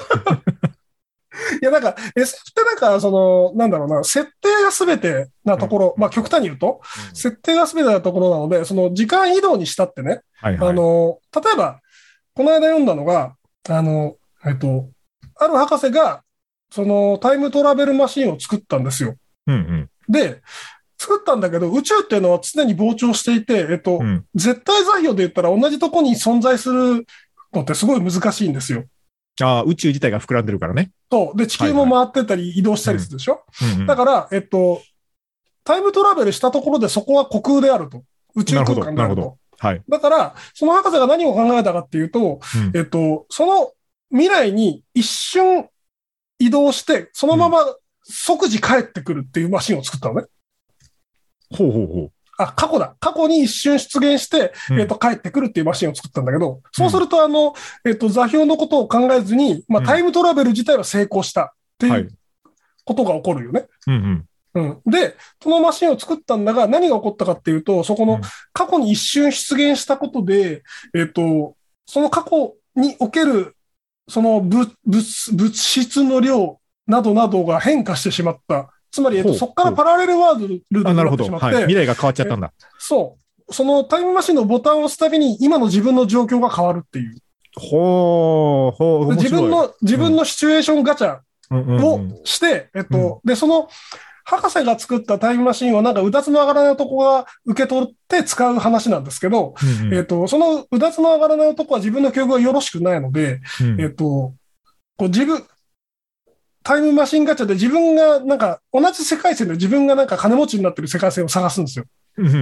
Speaker 3: いや、なんか、エスエフ ってなんか、その、なんだろうな、設定が全てなところ、うん、まあ、極端に言うと、うん、設定が全てなところなので、その、時間移動にしたってね、はいはい、あの、例えば、この間読んだのが、あの、えっと、ある博士が、その、タイムトラベルマシンを作ったんですよ。
Speaker 2: うんうん、
Speaker 3: で、作ったんだけど、宇宙っていうのは常に膨張していて、えっと、うん、絶対座標で言ったら同じとこに存在するのってすごい難しいんですよ。
Speaker 2: ああ、宇宙自体が膨らんでるからね。
Speaker 3: そう。で、地球も回ってたり移動したりするでしょ、はいはいうんうん、だから、えっと、タイムトラベルしたところでそこは虚空であると。宇宙空間であると。
Speaker 2: はい。
Speaker 3: だから、その博士が何を考えたかっていうと、うん、えっと、その未来に一瞬移動して、そのまま即時帰ってくるっていうマシンを作ったのね。
Speaker 2: うん、ほうほうほう。
Speaker 3: あ、過去だ。過去に一瞬出現して、うん、えっと、帰ってくるっていうマシンを作ったんだけど、そうすると、あの、えっと、座標のことを考えずに、まあ、タイムトラベル自体は成功したっていうことが起こるよね。
Speaker 2: はい、うん
Speaker 3: うん。うん。で、そのマシンを作ったんだが、何が起こったかっていうと、そこの過去に一瞬出現したことで、えっと、その過去における、その物、物、物質の量などなどが変化してしまった。つまり、えっと、そこからパラレルワールドになってしまって、はい、
Speaker 2: 未来が変わっちゃったんだ。
Speaker 3: そう。そのタイムマシンのボタンを押すたびに、今の自分の状況が変わるっていう。
Speaker 2: ほう、ほう、
Speaker 3: 自分の、自分のシチュエーションガチャをして、えっと、で、その、博士が作ったタイムマシンをなんかうだつの上がらない男が受け取って使う話なんですけど、うんうん、えっと、そのうだつの上がらない男は自分の記憶がよろしくないので、うん、えっと、こう自分、タイムマシンガチャで自分がなんか同じ世界線で自分がなんか金持ちになってる世界線を探すんですよ。
Speaker 2: うんうんうん、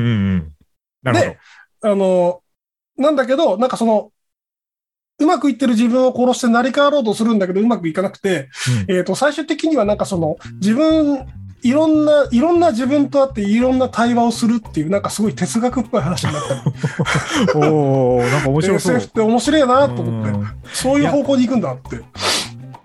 Speaker 2: なるほど。
Speaker 3: で、あの、なんだけど、なんかその、うまくいってる自分を殺して成り代わろうとするんだけどうまくいかなくて、うん、えっと、最終的にはなんかその、自分、いろんな、いろんな自分と会っていろんな対話をするっていう、なんかすごい哲学っぽい話になったり。
Speaker 2: おー、なんか面白そう。
Speaker 3: エスエフ って面白いなと思って、そういう方向に行くんだって。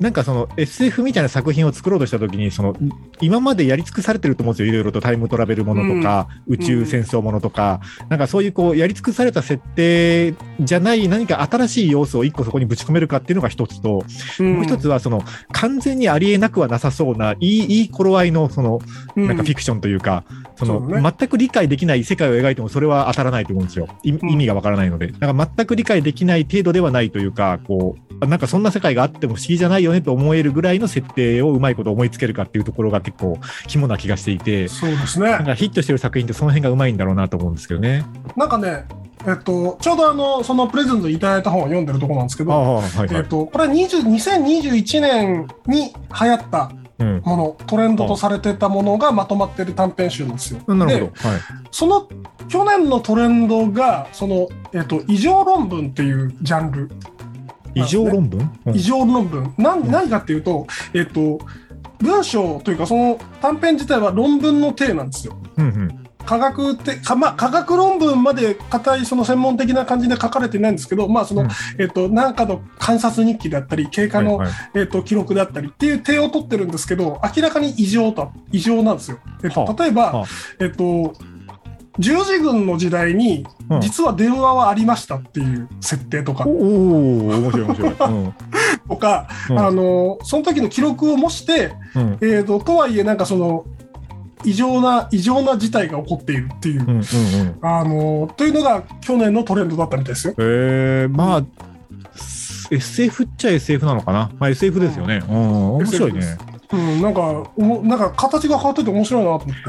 Speaker 2: なんかその エスエフ みたいな作品を作ろうとしたときに、その今までやり尽くされてると思うんですよ。いろいろとタイムトラベルものとか、うん、宇宙戦争ものとか、うん、なんかそういうこうやり尽くされた設定じゃない何か新しい要素を一個そこにぶち込めるかっていうのが一つと、うん、もう一つはその完全にありえなくはなさそうないい、いい頃合いのそのなんかフィクションというか、うん、そのそうね、全く理解できない世界を描いてもそれは当たらないと思うんですよ。意味がわからないので。だから全く理解できない程度ではないというか、こうなんかそんな世界があっても不思議じゃないよねと思えるぐらいの設定をうまいこと思いつけるかっていうところが結構肝な気がしていて、
Speaker 3: そうですね。
Speaker 2: なんかヒットしてる作品ってその辺がうまいんだろうなと思うんですけどね。
Speaker 3: なんかね、えっと、ちょうどあのそのプレゼントいただいた本を読んでるところなんですけど、はいはい、えっと、これはにせんにじゅういちねんに流行ったもの、うん、トレンドとされてたものがまとまってる短編集なんですよ。
Speaker 2: なるほど。
Speaker 3: で、はい、その去年のトレンドがその、えっと、異常論文っていうジャンル。
Speaker 2: 異常論文、
Speaker 3: うん、異常論文。何、うん、何かっていうと、えっと、文章というかその短編自体は論文の体なんですよ。うんうん、科学ってか、まあ、科学論文まで固いその専門的な感じで書かれてないんですけど、まあその、うん、えっと、何かの観察日記だったり経過の、はいはい、えっと、記録だったりっていう体を取ってるんですけど、明らかに異常と異常なんですよ。えっと、例えば、はあ、えっと十字軍の時代に実は電話はありましたっていう設定とか、
Speaker 2: うん、おお面白い面白い、うん、
Speaker 3: とか、うん、あのその時の記録を模して、うん、えーと、とはいえなんかその異常な異常な事態が起こっているっていう、うんうんうん、あのというのが去年のトレンドだったみたいですよ。
Speaker 2: えー、まあ エスエフ っちゃ エスエフ なのかな、まあ、エスエフ ですよね、うん、面白いね。
Speaker 3: うん、なんかおなんか形が変わってて面白いなと思って。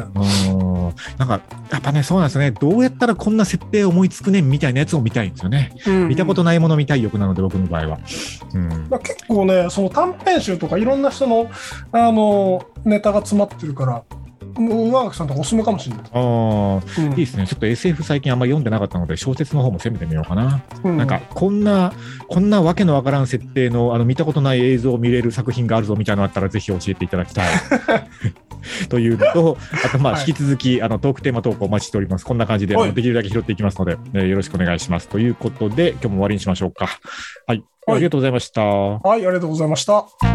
Speaker 2: うん、なんかやっぱね、そうなんですね。どうやったらこんな設定思いつくねんみたいなやつを見たいんですよね。うん、見たことないもの見たい欲なので、僕の場合は。
Speaker 3: うん、まあ、結構ね、その短編集とかいろんな人のあのネタが詰まってるから。上垣さんとかおすすめかもしれない。
Speaker 2: ああ、うん、いいですね。ちょっと エスエフ 最近あんまり読んでなかったので、小説の方も攻めてみようかな。うん、なんかこんなこんなわけのわからん設定のあの見たことない映像を見れる作品があるぞみたいなのあったらぜひ教えていただきたい。というのと、あとまあ引き続き、はい、あのトークテーマ投稿お待ちしております。こんな感じで、はい、できるだけ拾っていきますので、えー、よろしくお願いします。ということで今日も終わりにしましょうか。はい、はい、ありがとうございました。
Speaker 3: はい、ありがとうございました。